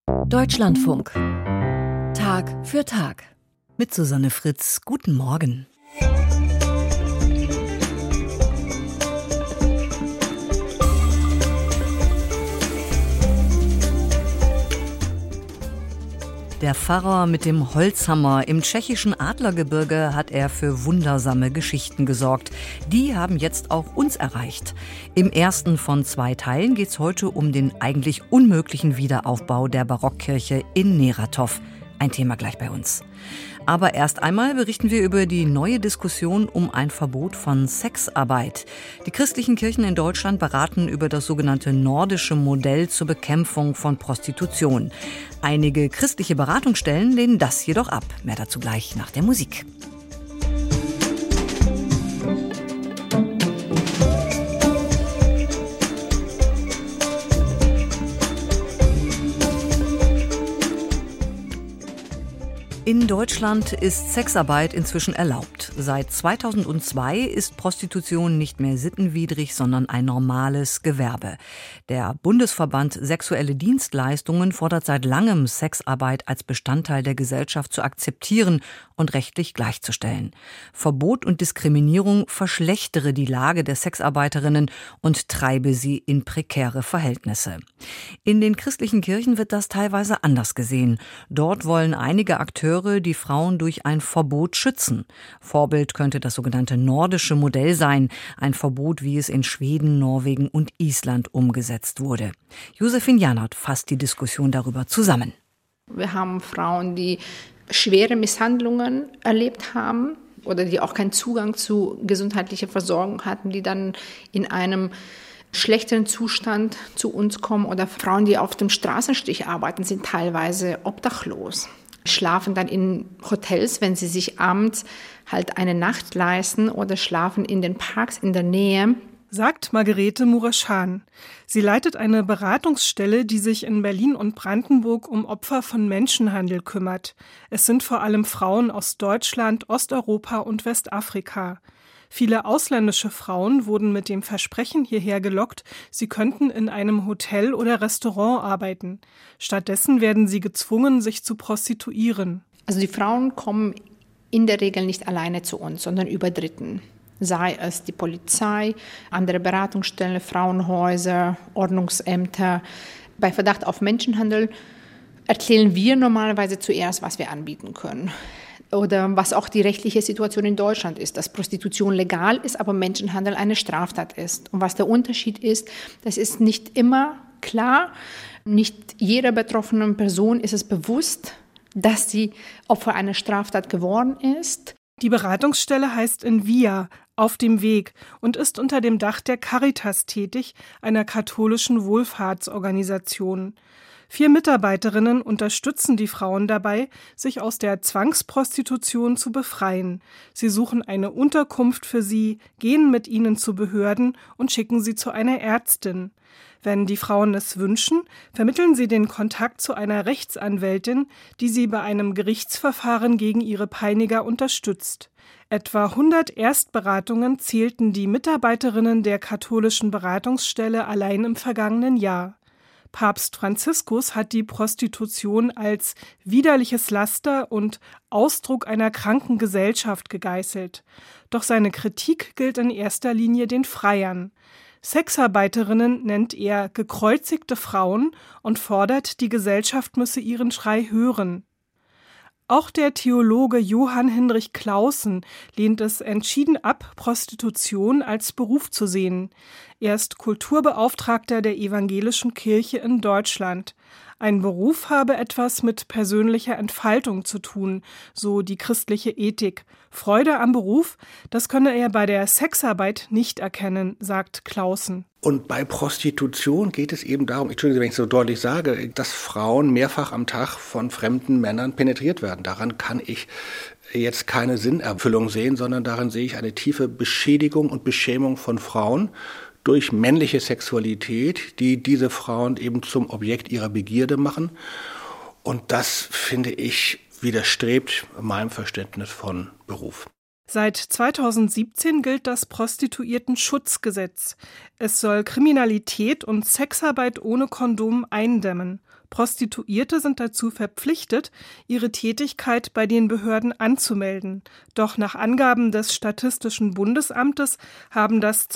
Deutschlandfunk. Tag für Tag. Mit Susanne Fritz. Guten Morgen. Der Pfarrer mit dem Holzhammer im tschechischen Adlergebirge hat er für wundersame Geschichten gesorgt. Die haben jetzt auch uns erreicht. Im ersten von 2 Teilen geht es heute um den eigentlich unmöglichen Wiederaufbau der Barockkirche in Neratov. Ein Thema gleich bei uns. Aber erst einmal berichten wir über die neue Diskussion um ein Verbot von Sexarbeit. Die christlichen Kirchen in Deutschland beraten über das sogenannte nordische Modell zur Bekämpfung von Prostitution. Einige christliche Beratungsstellen lehnen das jedoch ab. Mehr dazu gleich nach der Musik. In Deutschland ist Sexarbeit inzwischen erlaubt. Seit 2002 ist Prostitution nicht mehr sittenwidrig, sondern ein normales Gewerbe. Der Bundesverband Sexuelle Dienstleistungen fordert seit langem, Sexarbeit als Bestandteil der Gesellschaft zu akzeptieren und rechtlich gleichzustellen. Verbot und Diskriminierung verschlechtere die Lage der Sexarbeiterinnen und treibe sie in prekäre Verhältnisse. In den christlichen Kirchen wird das teilweise anders gesehen. Dort wollen einige Akteure die Frauen durch ein Verbot schützen. Vorbild könnte das sogenannte nordische Modell sein, ein Verbot, wie es in Schweden, Norwegen und Island umgesetzt wurde. Josephine Janert fasst die Diskussion darüber zusammen. Wir haben Frauen, die schwere Misshandlungen erlebt haben oder die auch keinen Zugang zu gesundheitlicher Versorgung hatten, die dann in einem schlechteren Zustand zu uns kommen, oder Frauen, die auf dem Straßenstich arbeiten, sind teilweise obdachlos. Schlafen dann in Hotels, wenn sie sich abends halt eine Nacht leisten, oder schlafen in den Parks in der Nähe. Sagt Margarete Muraschan. Sie leitet eine Beratungsstelle, die sich in Berlin und Brandenburg um Opfer von Menschenhandel kümmert. Es sind vor allem Frauen aus Deutschland, Osteuropa und Westafrika. Viele ausländische Frauen wurden mit dem Versprechen hierher gelockt, sie könnten in einem Hotel oder Restaurant arbeiten. Stattdessen werden sie gezwungen, sich zu prostituieren. Also die Frauen kommen in der Regel nicht alleine zu uns, sondern über Dritten. Sei es die Polizei, andere Beratungsstellen, Frauenhäuser, Ordnungsämter. Bei Verdacht auf Menschenhandel erzählen wir normalerweise zuerst, was wir anbieten können. Oder was auch die rechtliche Situation in Deutschland ist, dass Prostitution legal ist, aber Menschenhandel eine Straftat ist. Und was der Unterschied ist, das ist nicht immer klar. Nicht jeder betroffenen Person ist es bewusst, dass sie Opfer einer Straftat geworden ist. Die Beratungsstelle heißt Envia, auf dem Weg, und ist unter dem Dach der Caritas tätig, einer katholischen Wohlfahrtsorganisation. 4 Mitarbeiterinnen unterstützen die Frauen dabei, sich aus der Zwangsprostitution zu befreien. Sie suchen eine Unterkunft für sie, gehen mit ihnen zu Behörden und schicken sie zu einer Ärztin. Wenn die Frauen es wünschen, vermitteln sie den Kontakt zu einer Rechtsanwältin, die sie bei einem Gerichtsverfahren gegen ihre Peiniger unterstützt. Etwa 100 Erstberatungen zählten die Mitarbeiterinnen der katholischen Beratungsstelle allein im vergangenen Jahr. Papst Franziskus hat die Prostitution als widerliches Laster und Ausdruck einer kranken Gesellschaft gegeißelt. Doch seine Kritik gilt in erster Linie den Freiern. Sexarbeiterinnen nennt er gekreuzigte Frauen und fordert, die Gesellschaft müsse ihren Schrei hören. Auch der Theologe Johann Hinrich Clausen lehnt es entschieden ab, Prostitution als Beruf zu sehen. Er ist Kulturbeauftragter der Evangelischen Kirche in Deutschland. Ein Beruf habe etwas mit persönlicher Entfaltung zu tun, so die christliche Ethik. Freude am Beruf, das könne er bei der Sexarbeit nicht erkennen, sagt Clausen. Und bei Prostitution geht es eben darum, Entschuldigung, wenn ich so deutlich sage, dass Frauen mehrfach am Tag von fremden Männern penetriert werden. Daran kann ich jetzt keine Sinnerfüllung sehen, sondern darin sehe ich eine tiefe Beschädigung und Beschämung von Frauen durch männliche Sexualität, die diese Frauen eben zum Objekt ihrer Begierde machen. Und das, finde ich, widerstrebt meinem Verständnis von Beruf. Seit 2017 gilt das Prostituiertenschutzgesetz. Es soll Kriminalität und Sexarbeit ohne Kondom eindämmen. Prostituierte sind dazu verpflichtet, ihre Tätigkeit bei den Behörden anzumelden. Doch nach Angaben des Statistischen Bundesamtes haben das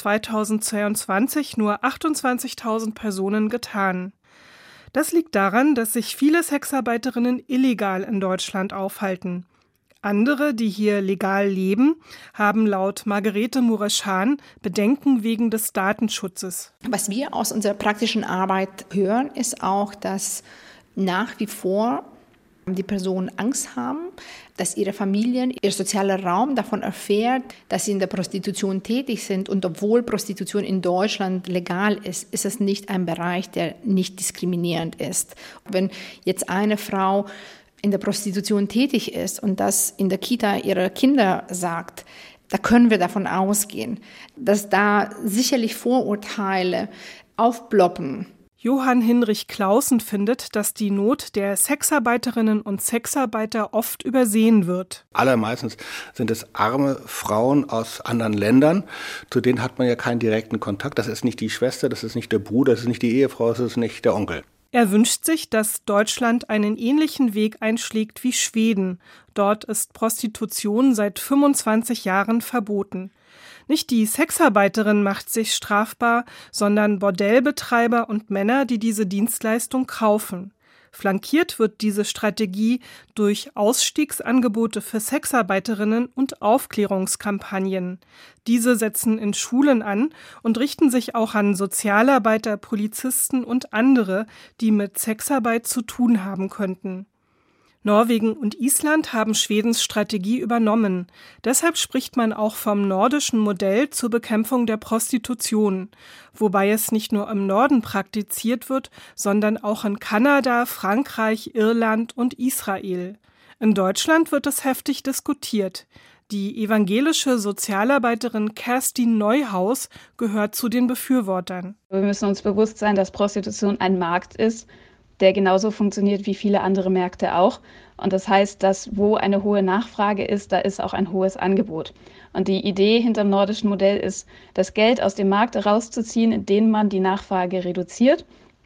2022 nur 28.000 Personen getan. Das liegt daran, dass sich viele Sexarbeiterinnen illegal in Deutschland aufhalten. Andere, die hier legal leben, haben laut Margarete Mureschan Bedenken wegen des Datenschutzes. Was wir aus unserer praktischen Arbeit hören, ist auch, dass nach wie vor die Personen Angst haben, dass ihre Familien, ihr sozialer Raum davon erfährt, dass sie in der Prostitution tätig sind. Und obwohl Prostitution in Deutschland legal ist, ist es nicht ein Bereich, der nicht diskriminierend ist. Wenn jetzt eine Frau in der Prostitution tätig ist und das in der Kita ihrer Kinder sagt, da können wir davon ausgehen, dass da sicherlich Vorurteile aufploppen. Johann Hinrich Clausen findet, dass die Not der Sexarbeiterinnen und Sexarbeiter oft übersehen wird. Allermeistens sind es arme Frauen aus anderen Ländern, zu denen hat man ja keinen direkten Kontakt. Das ist nicht die Schwester, das ist nicht der Bruder, das ist nicht die Ehefrau, das ist nicht der Onkel. Er wünscht sich, dass Deutschland einen ähnlichen Weg einschlägt wie Schweden. Dort ist Prostitution seit 25 Jahren verboten. Nicht die Sexarbeiterin macht sich strafbar, sondern Bordellbetreiber und Männer, die diese Dienstleistung kaufen. Flankiert wird diese Strategie durch Ausstiegsangebote für Sexarbeiterinnen und Aufklärungskampagnen. Diese setzen in Schulen an und richten sich auch an Sozialarbeiter, Polizisten und andere, die mit Sexarbeit zu tun haben könnten. Norwegen und Island haben Schwedens Strategie übernommen. Deshalb spricht man auch vom nordischen Modell zur Bekämpfung der Prostitution, wobei es nicht nur im Norden praktiziert wird, sondern auch in Kanada, Frankreich, Irland und Israel. In Deutschland wird es heftig diskutiert. Die evangelische Sozialarbeiterin Kerstin Neuhaus gehört zu den Befürwortern. Wir müssen uns bewusst sein, dass Prostitution ein Markt ist, der genauso funktioniert wie viele andere Märkte auch. Und das heißt, dass wo eine hohe Nachfrage ist, da ist auch ein hohes Angebot. Und die Idee hinter dem nordischen Modell ist, das Geld aus dem Markt herauszuziehen, indem man die Nachfrage reduziert.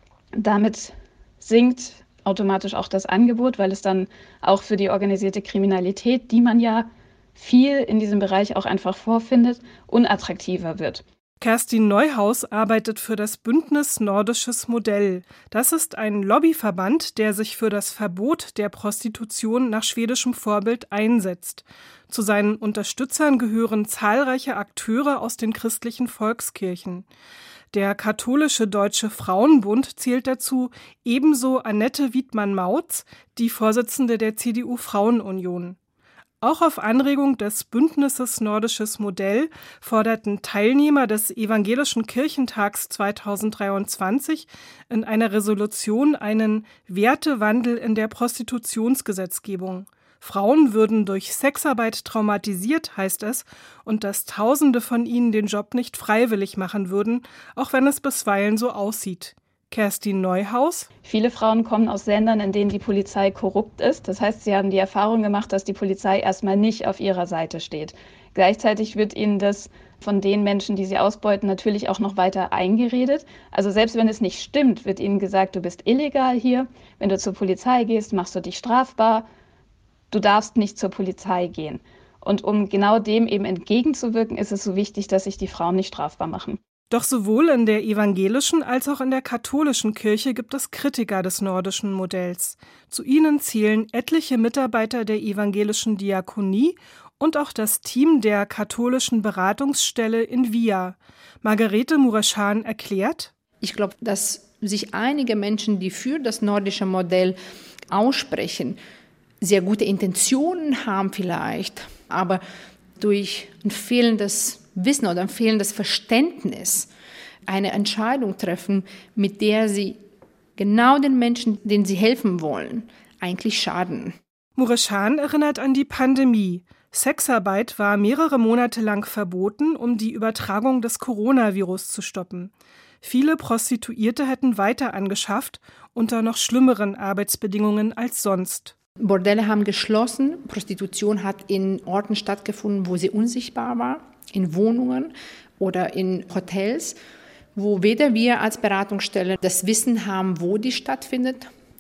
Damit sinkt automatisch auch das Angebot, weil es dann auch für die organisierte Kriminalität, die man ja viel in diesem Bereich auch einfach vorfindet, unattraktiver wird. Kerstin Neuhaus arbeitet für das Bündnis Nordisches Modell. Das ist ein Lobbyverband, der sich für das Verbot der Prostitution nach schwedischem Vorbild einsetzt. Zu seinen Unterstützern gehören zahlreiche Akteure aus den christlichen Volkskirchen. Der katholische Deutsche Frauenbund zählt dazu, ebenso Annette Wiedmann-Mautz, die Vorsitzende der CDU-Frauenunion. Auch auf Anregung des Bündnisses Nordisches Modell forderten Teilnehmer des Evangelischen Kirchentags 2023 in einer Resolution einen Wertewandel in der Prostitutionsgesetzgebung. Frauen würden durch Sexarbeit traumatisiert, heißt es, und dass Tausende von ihnen den Job nicht freiwillig machen würden, auch wenn es bisweilen so aussieht. Kerstin Neuhaus. Viele Frauen kommen aus Ländern, in denen die Polizei korrupt ist. Das heißt, sie haben die Erfahrung gemacht, dass die Polizei erstmal nicht auf ihrer Seite steht. Gleichzeitig wird ihnen das von den Menschen, die sie ausbeuten, natürlich auch noch weiter eingeredet. Also selbst wenn es nicht stimmt, wird ihnen gesagt, du bist illegal hier. Wenn du zur Polizei gehst, machst du dich strafbar. Du darfst nicht zur Polizei gehen. Und um genau dem eben entgegenzuwirken, ist es so wichtig, dass sich die Frauen nicht strafbar machen. Doch sowohl in der evangelischen als auch in der katholischen Kirche gibt es Kritiker des nordischen Modells. Zu ihnen zählen etliche Mitarbeiter der evangelischen Diakonie und auch das Team der katholischen Beratungsstelle in Via. Margarete Mureschan erklärt: Ich glaube, dass sich einige Menschen, die für das nordische Modell aussprechen, sehr gute Intentionen haben vielleicht, aber durch ein fehlendes Wissen oder ein fehlendes Verständnis eine Entscheidung treffen, mit der sie genau den Menschen, denen sie helfen wollen, eigentlich schaden. Mureschan erinnert an die Pandemie. Sexarbeit war mehrere Monate lang verboten, um die Übertragung des Coronavirus zu stoppen. Viele Prostituierte hätten weiter angeschafft, unter noch schlimmeren Arbeitsbedingungen als sonst. Bordelle haben geschlossen. Prostitution hat in Orten stattgefunden, wo sie unsichtbar war, in Wohnungen oder in Hotels, wo weder wir als Beratungsstelle das Wissen haben, wo die stattfindet,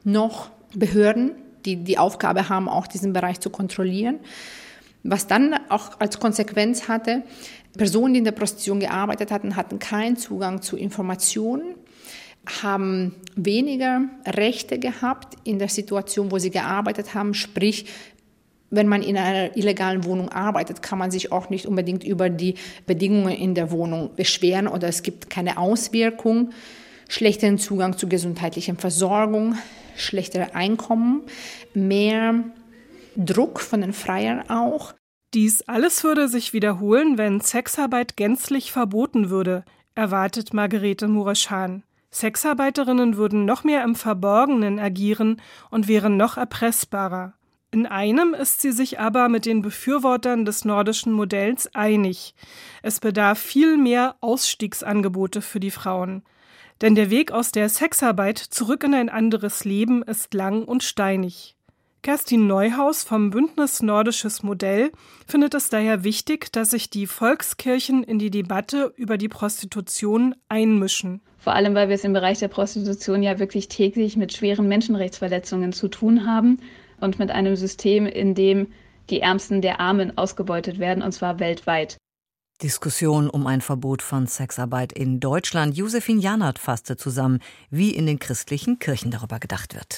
noch Behörden, die die Aufgabe haben, auch diesen Bereich zu kontrollieren. Was dann auch als Konsequenz hatte, Personen, die in der Prostitution gearbeitet hatten, hatten keinen Zugang zu Informationen, haben weniger Rechte gehabt in der Situation, wo sie gearbeitet haben. Sprich, wenn man in einer illegalen Wohnung arbeitet, kann man sich auch nicht unbedingt über die Bedingungen in der Wohnung beschweren oder es gibt keine Auswirkung. Schlechteren Zugang zu gesundheitlicher Versorgung, schlechtere Einkommen, mehr Druck von den Freiern auch. Dies alles würde sich wiederholen, wenn Sexarbeit gänzlich verboten würde, erwartet Margarete Mureschan. Sexarbeiterinnen würden noch mehr im Verborgenen agieren und wären noch erpressbarer. In einem ist sie sich aber mit den Befürwortern des nordischen Modells einig. Es bedarf viel mehr Ausstiegsangebote für die Frauen. Denn der Weg aus der Sexarbeit zurück in ein anderes Leben ist lang und steinig. Kerstin Neuhaus vom Bündnis Nordisches Modell findet es daher wichtig, dass sich die Volkskirchen in die Debatte über die Prostitution einmischen. Vor allem, weil wir es im Bereich der Prostitution ja wirklich täglich mit schweren Menschenrechtsverletzungen zu tun haben und mit einem System, in dem die Ärmsten der Armen ausgebeutet werden, und zwar weltweit. Diskussion um ein Verbot von Sexarbeit in Deutschland. Josephine Janert fasste zusammen, wie in den christlichen Kirchen darüber gedacht wird.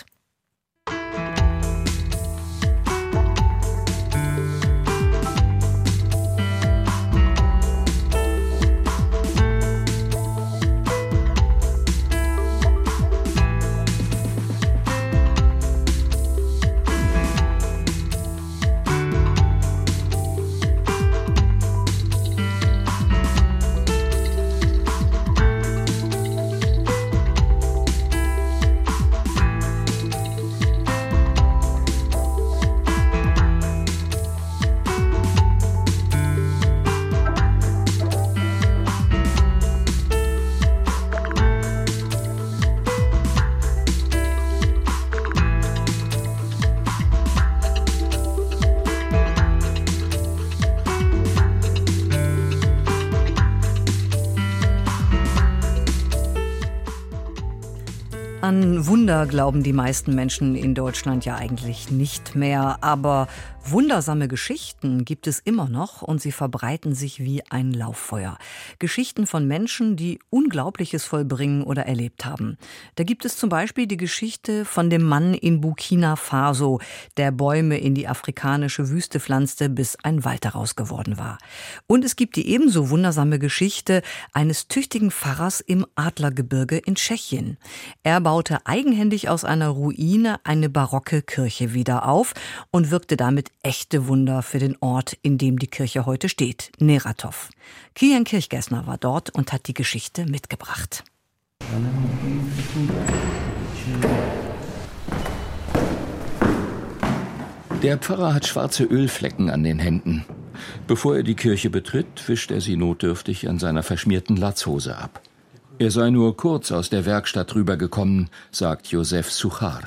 An Wunder glauben die meisten Menschen in Deutschland ja eigentlich nicht mehr. Aber wundersame Geschichten gibt es immer noch und sie verbreiten sich wie ein Lauffeuer. Geschichten von Menschen, die Unglaubliches vollbringen oder erlebt haben. Da gibt es zum Beispiel die Geschichte von dem Mann in Burkina Faso, der Bäume in die afrikanische Wüste pflanzte, bis ein Wald daraus geworden war. Und es gibt die ebenso wundersame Geschichte eines tüchtigen Pfarrers im Adlergebirge in Tschechien. Er baute eigenhändig aus einer Ruine eine barocke Kirche wieder auf und wirkte damit echte Wunder für den Ort, in dem die Kirche heute steht, Neratov. Kian Kirchgessner war dort und hat die Geschichte mitgebracht. Der Pfarrer hat schwarze Ölflecken an den Händen. Bevor er die Kirche betritt, wischt er sie notdürftig an seiner verschmierten Latzhose ab. Er sei nur kurz aus der Werkstatt rübergekommen, sagt Josef Suchar.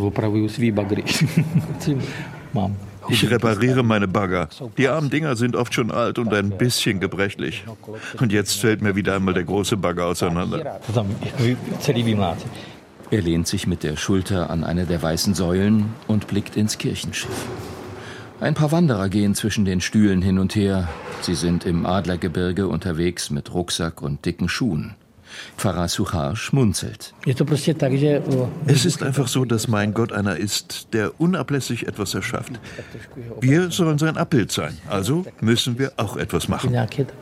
Ich repariere meine Bagger. Die armen Dinger sind oft schon alt und ein bisschen gebrechlich. Und jetzt fällt mir wieder einmal der große Bagger auseinander. Er lehnt sich mit der Schulter an eine der weißen Säulen und blickt ins Kirchenschiff. Ein paar Wanderer gehen zwischen den Stühlen hin und her. Sie sind im Adlergebirge unterwegs mit Rucksack und dicken Schuhen. Pfarrer Suchar schmunzelt. Es ist einfach so, dass mein Gott einer ist, der unablässig etwas erschafft. Wir sollen sein Abbild sein, also müssen wir auch etwas machen.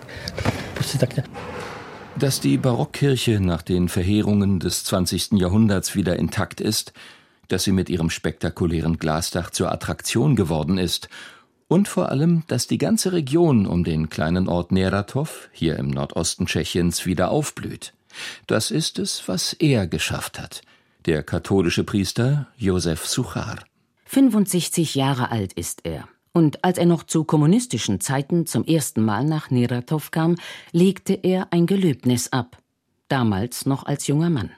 Dass die Barockkirche nach den Verheerungen des 20. Jahrhunderts wieder intakt ist, dass sie mit ihrem spektakulären Glasdach zur Attraktion geworden ist und vor allem, dass die ganze Region um den kleinen Ort Neratov, hier im Nordosten Tschechiens, wieder aufblüht. Das ist es, was er geschafft hat, der katholische Priester Josef Suchar. 65 Jahre alt ist er. Und als er noch zu kommunistischen Zeiten zum ersten Mal nach Neratov kam, legte er ein Gelöbnis ab. Damals noch als junger Mann.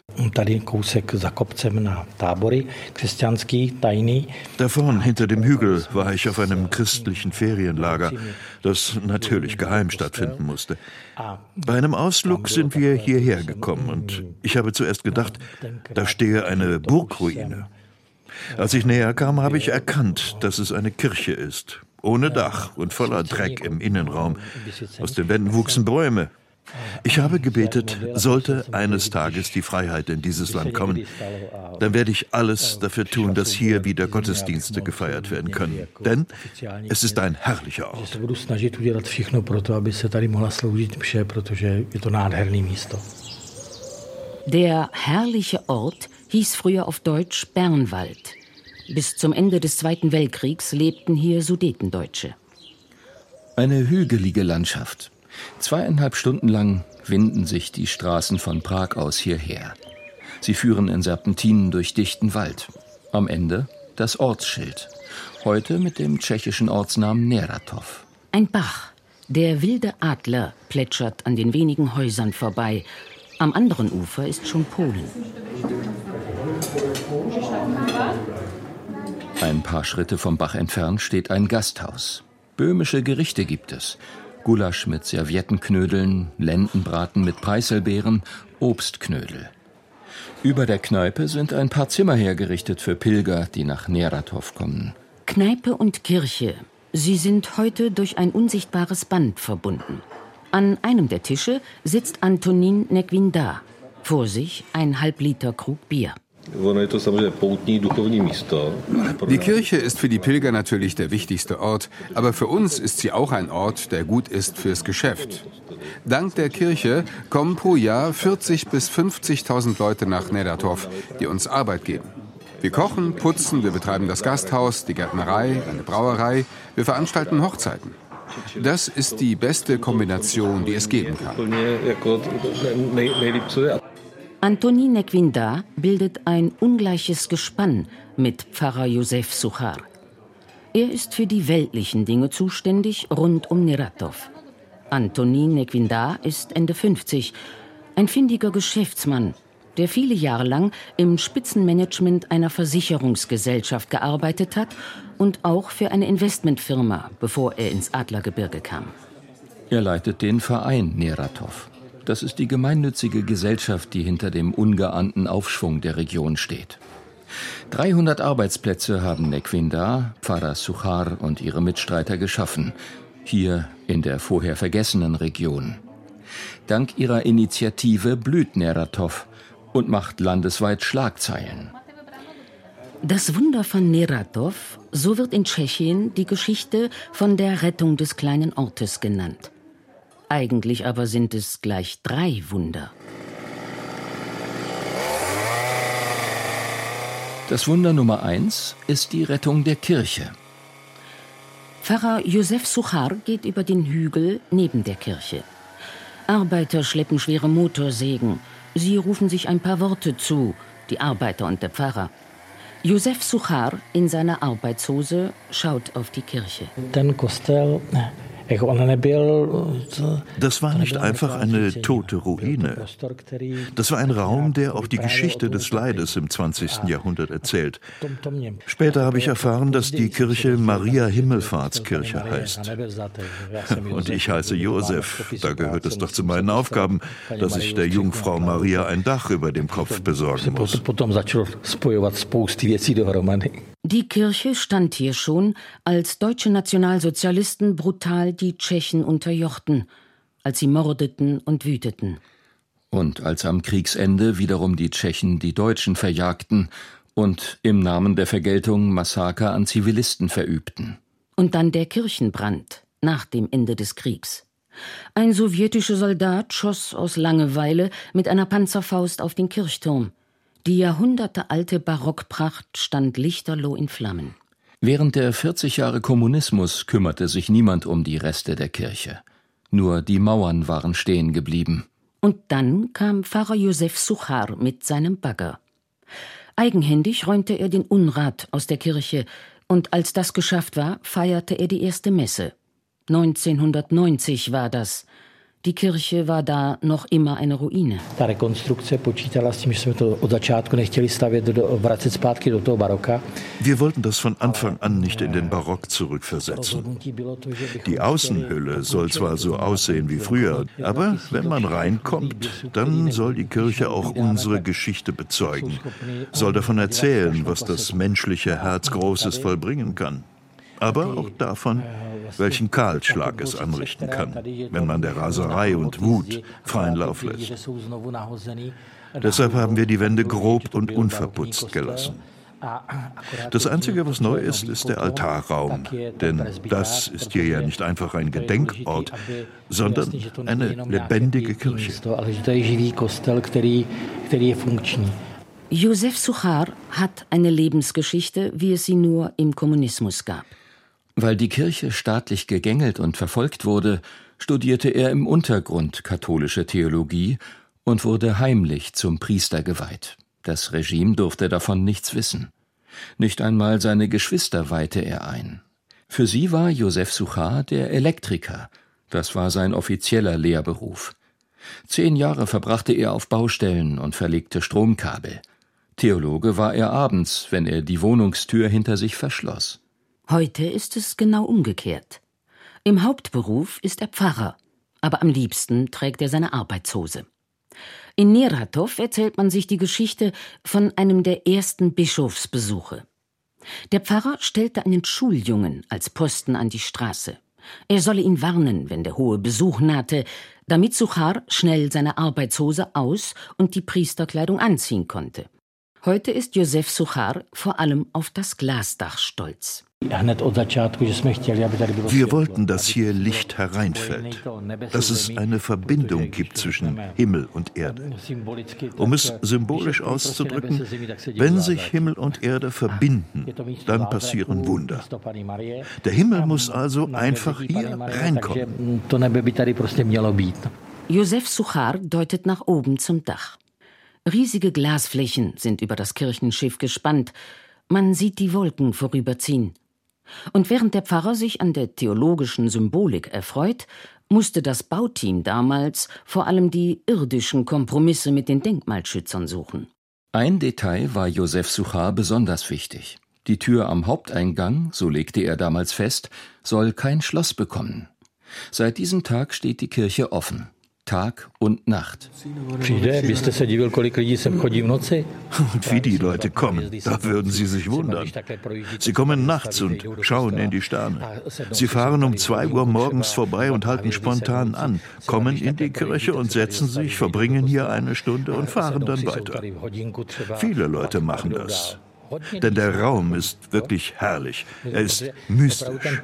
Da vorn, hinter dem Hügel, war ich auf einem christlichen Ferienlager, das natürlich geheim stattfinden musste. Bei einem Ausflug sind wir hierher gekommen und ich habe zuerst gedacht, da stehe eine Burgruine. Als ich näher kam, habe ich erkannt, dass es eine Kirche ist. Ohne Dach und voller Dreck im Innenraum. Aus den Wänden wuchsen Bäume. Ich habe gebetet, sollte eines Tages die Freiheit in dieses Land kommen, dann werde ich alles dafür tun, dass hier wieder Gottesdienste gefeiert werden können. Denn es ist ein herrlicher Ort. Der herrliche Ort hieß früher auf Deutsch Bernwald. Bis zum Ende des Zweiten Weltkriegs lebten hier Sudetendeutsche. Eine hügelige Landschaft. 2,5 Stunden lang winden sich die Straßen von Prag aus hierher. Sie führen in Serpentinen durch dichten Wald. Am Ende das Ortsschild. Heute mit dem tschechischen Ortsnamen Neratov. Ein Bach, der wilde Adler, plätschert an den wenigen Häusern vorbei. Am anderen Ufer ist schon Polen. Ein paar Schritte vom Bach entfernt steht ein Gasthaus. Böhmische Gerichte gibt es. Gulasch mit Serviettenknödeln, Lendenbraten mit Preiselbeeren, Obstknödel. Über der Kneipe sind ein paar Zimmer hergerichtet für Pilger, die nach Neratov kommen. Kneipe und Kirche, sie sind heute durch ein unsichtbares Band verbunden. An einem der Tische sitzt Antonín Nequinda. Vor sich ein Halbliter-Krug Bier. Die Kirche ist für die Pilger natürlich der wichtigste Ort, aber für uns ist sie auch ein Ort, der gut ist fürs Geschäft. Dank der Kirche kommen pro Jahr 40.000 bis 50.000 Leute nach Neratov, die uns Arbeit geben. Wir kochen, putzen, wir betreiben das Gasthaus, die Gärtnerei, eine Brauerei, wir veranstalten Hochzeiten. Das ist die beste Kombination, die es geben kann. Antonín Nequinda bildet ein ungleiches Gespann mit Pfarrer Josef Suchar. Er ist für die weltlichen Dinge zuständig rund um Neratov. Antonín Nequinda ist Ende 50, ein findiger Geschäftsmann, der viele Jahre lang im Spitzenmanagement einer Versicherungsgesellschaft gearbeitet hat und auch für eine Investmentfirma, bevor er ins Adlergebirge kam. Er leitet den Verein Neratov. Das ist die gemeinnützige Gesellschaft, die hinter dem ungeahnten Aufschwung der Region steht. 300 Arbeitsplätze haben Nequinda, Pfarrer Suchar und ihre Mitstreiter geschaffen. Hier in der vorher vergessenen Region. Dank ihrer Initiative blüht Neratov und macht landesweit Schlagzeilen. Das Wunder von Neratov, so wird in Tschechien die Geschichte von der Rettung des kleinen Ortes genannt. Eigentlich aber sind es gleich 3 Wunder. Das Wunder Nummer 1 ist die Rettung der Kirche. Pfarrer Josef Suchar geht über den Hügel neben der Kirche. Arbeiter schleppen schwere Motorsägen. Sie rufen sich ein paar Worte zu, die Arbeiter und der Pfarrer. Josef Suchar in seiner Arbeitshose schaut auf die Kirche. Das war nicht einfach eine tote Ruine. Das war ein Raum, der auch die Geschichte des Leides im 20. Jahrhundert erzählt. Später habe ich erfahren, dass die Kirche Maria-Himmelfahrtskirche heißt. Und ich heiße Josef. Da gehört es doch zu meinen Aufgaben, dass ich der Jungfrau Maria ein Dach über dem Kopf besorgen muss. Die Kirche stand hier schon, als deutsche Nationalsozialisten brutal die Tschechen unterjochten, als sie mordeten und wüteten. Und als am Kriegsende wiederum die Tschechen die Deutschen verjagten und im Namen der Vergeltung Massaker an Zivilisten verübten. Und dann der Kirchenbrand nach dem Ende des Kriegs. Ein sowjetischer Soldat schoss aus Langeweile mit einer Panzerfaust auf den Kirchturm. Die jahrhundertealte Barockpracht stand lichterloh in Flammen. Während der 40 Jahre Kommunismus kümmerte sich niemand um die Reste der Kirche. Nur die Mauern waren stehen geblieben. Und dann kam Pfarrer Josef Suchar mit seinem Bagger. Eigenhändig räumte er den Unrat aus der Kirche, und als das geschafft war, feierte er die erste Messe. 1990 war das. Die Kirche war da noch immer eine Ruine. Wir wollten das von Anfang an nicht in den Barock zurückversetzen. Die Außenhülle soll zwar so aussehen wie früher, aber wenn man reinkommt, dann soll die Kirche auch unsere Geschichte bezeugen, soll davon erzählen, was das menschliche Herz Großes vollbringen kann. Aber auch davon, welchen Kahlschlag es anrichten kann, wenn man der Raserei und Wut freien Lauf lässt. Deshalb haben wir die Wände grob und unverputzt gelassen. Das Einzige, was neu ist, ist der Altarraum, denn das ist hier ja nicht einfach ein Gedenkort, sondern eine lebendige Kirche. Josef Suchar hat eine Lebensgeschichte, wie es sie nur im Kommunismus gab. Weil die Kirche staatlich gegängelt und verfolgt wurde, studierte er im Untergrund katholische Theologie und wurde heimlich zum Priester geweiht. Das Regime durfte davon nichts wissen. Nicht einmal seine Geschwister weihte er ein. Für sie war Josef Suchar der Elektriker. Das war sein offizieller Lehrberuf. 10 Jahre verbrachte er auf Baustellen und verlegte Stromkabel. Theologe war er abends, wenn er die Wohnungstür hinter sich verschloss. Heute ist es genau umgekehrt. Im Hauptberuf ist er Pfarrer, aber am liebsten trägt er seine Arbeitshose. In Neratov erzählt man sich die Geschichte von einem der ersten Bischofsbesuche. Der Pfarrer stellte einen Schuljungen als Posten an die Straße. Er solle ihn warnen, wenn der hohe Besuch nahte, damit Suchar schnell seine Arbeitshose aus und die Priesterkleidung anziehen konnte. Heute ist Josef Suchar vor allem auf das Glasdach stolz. Wir wollten, dass hier Licht hereinfällt, dass es eine Verbindung gibt zwischen Himmel und Erde. Um es symbolisch auszudrücken, wenn sich Himmel und Erde verbinden, dann passieren Wunder. Der Himmel muss also einfach hier reinkommen. Josef Suchar deutet nach oben zum Dach. Riesige Glasflächen sind über das Kirchenschiff gespannt. Man sieht die Wolken vorüberziehen. Und während der Pfarrer sich an der theologischen Symbolik erfreut, musste das Bauteam damals vor allem die irdischen Kompromisse mit den Denkmalschützern suchen. Ein Detail war Josef Suchar besonders wichtig. Die Tür am Haupteingang, so legte er damals fest, soll kein Schloss bekommen. Seit diesem Tag steht die Kirche offen. Tag und Nacht. Und wie die Leute kommen, da würden Sie sich wundern. Sie kommen nachts und schauen in die Sterne. Sie fahren um 2 Uhr morgens vorbei und halten spontan an, kommen in die Kirche und setzen sich, verbringen hier eine Stunde und fahren dann weiter. Viele Leute machen das. Denn der Raum ist wirklich herrlich. Er ist mystisch.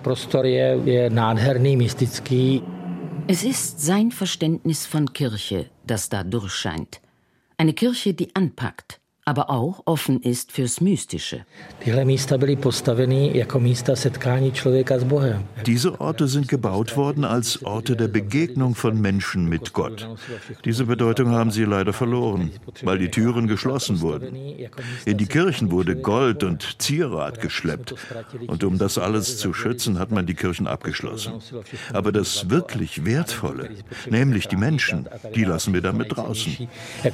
Es ist sein Verständnis von Kirche, das da durchscheint. Eine Kirche, die anpackt, aber auch offen ist fürs Mystische. Diese Orte sind gebaut worden als Orte der Begegnung von Menschen mit Gott. Diese Bedeutung haben sie leider verloren, weil die Türen geschlossen wurden. In die Kirchen wurde Gold und Zierat geschleppt. Und um das alles zu schützen, hat man die Kirchen abgeschlossen. Aber das wirklich Wertvolle, nämlich die Menschen, die lassen wir damit draußen.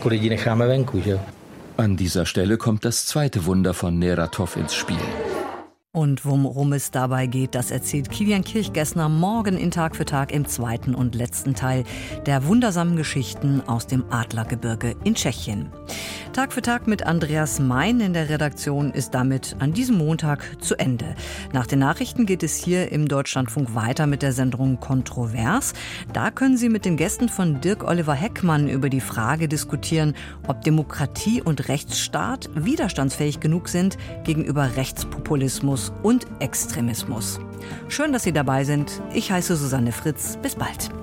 An dieser Stelle kommt das zweite Wunder von Neratov ins Spiel. Und worum es dabei geht, das erzählt Kilian Kirchgessner morgen in Tag für Tag im zweiten und letzten Teil der wundersamen Geschichten aus dem Adlergebirge in Tschechien. Tag für Tag mit Andreas Mein in der Redaktion ist damit an diesem Montag zu Ende. Nach den Nachrichten geht es hier im Deutschlandfunk weiter mit der Sendung Kontrovers. Da können Sie mit den Gästen von Dirk-Oliver Heckmann über die Frage diskutieren, ob Demokratie und Rechtsstaat widerstandsfähig genug sind gegenüber Rechtspopulismus und Extremismus. Schön, dass Sie dabei sind. Ich heiße Susanne Fritz. Bis bald.